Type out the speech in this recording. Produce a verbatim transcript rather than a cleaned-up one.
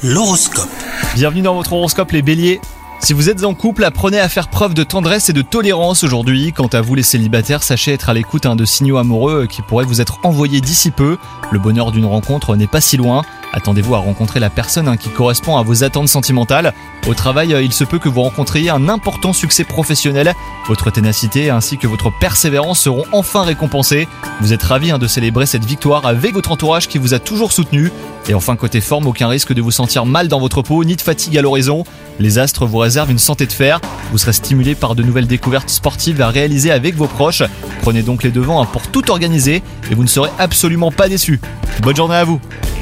L'horoscope. Bienvenue dans votre horoscope les béliers. Si vous êtes en couple, apprenez à faire preuve de tendresse et de tolérance aujourd'hui. Quant à vous les célibataires, sachez être à l'écoute hein, de signaux amoureux qui pourraient vous être envoyés d'ici peu. Le bonheur d'une rencontre n'est pas si loin. Attendez-vous à rencontrer la personne hein, qui correspond à vos attentes sentimentales. Au travail, il se peut que vous rencontriez un important succès professionnel. Votre ténacité ainsi que votre persévérance seront enfin récompensées. Vous êtes ravis hein, de célébrer cette victoire avec votre entourage qui vous a toujours soutenu. Et enfin côté forme, aucun risque de vous sentir mal dans votre peau, ni de fatigue à l'horizon. Les astres vous réservent une santé de fer. Vous serez stimulé par de nouvelles découvertes sportives à réaliser avec vos proches. Prenez donc les devants hein, pour tout organiser et vous ne serez absolument pas déçus. Bonne journée à vous.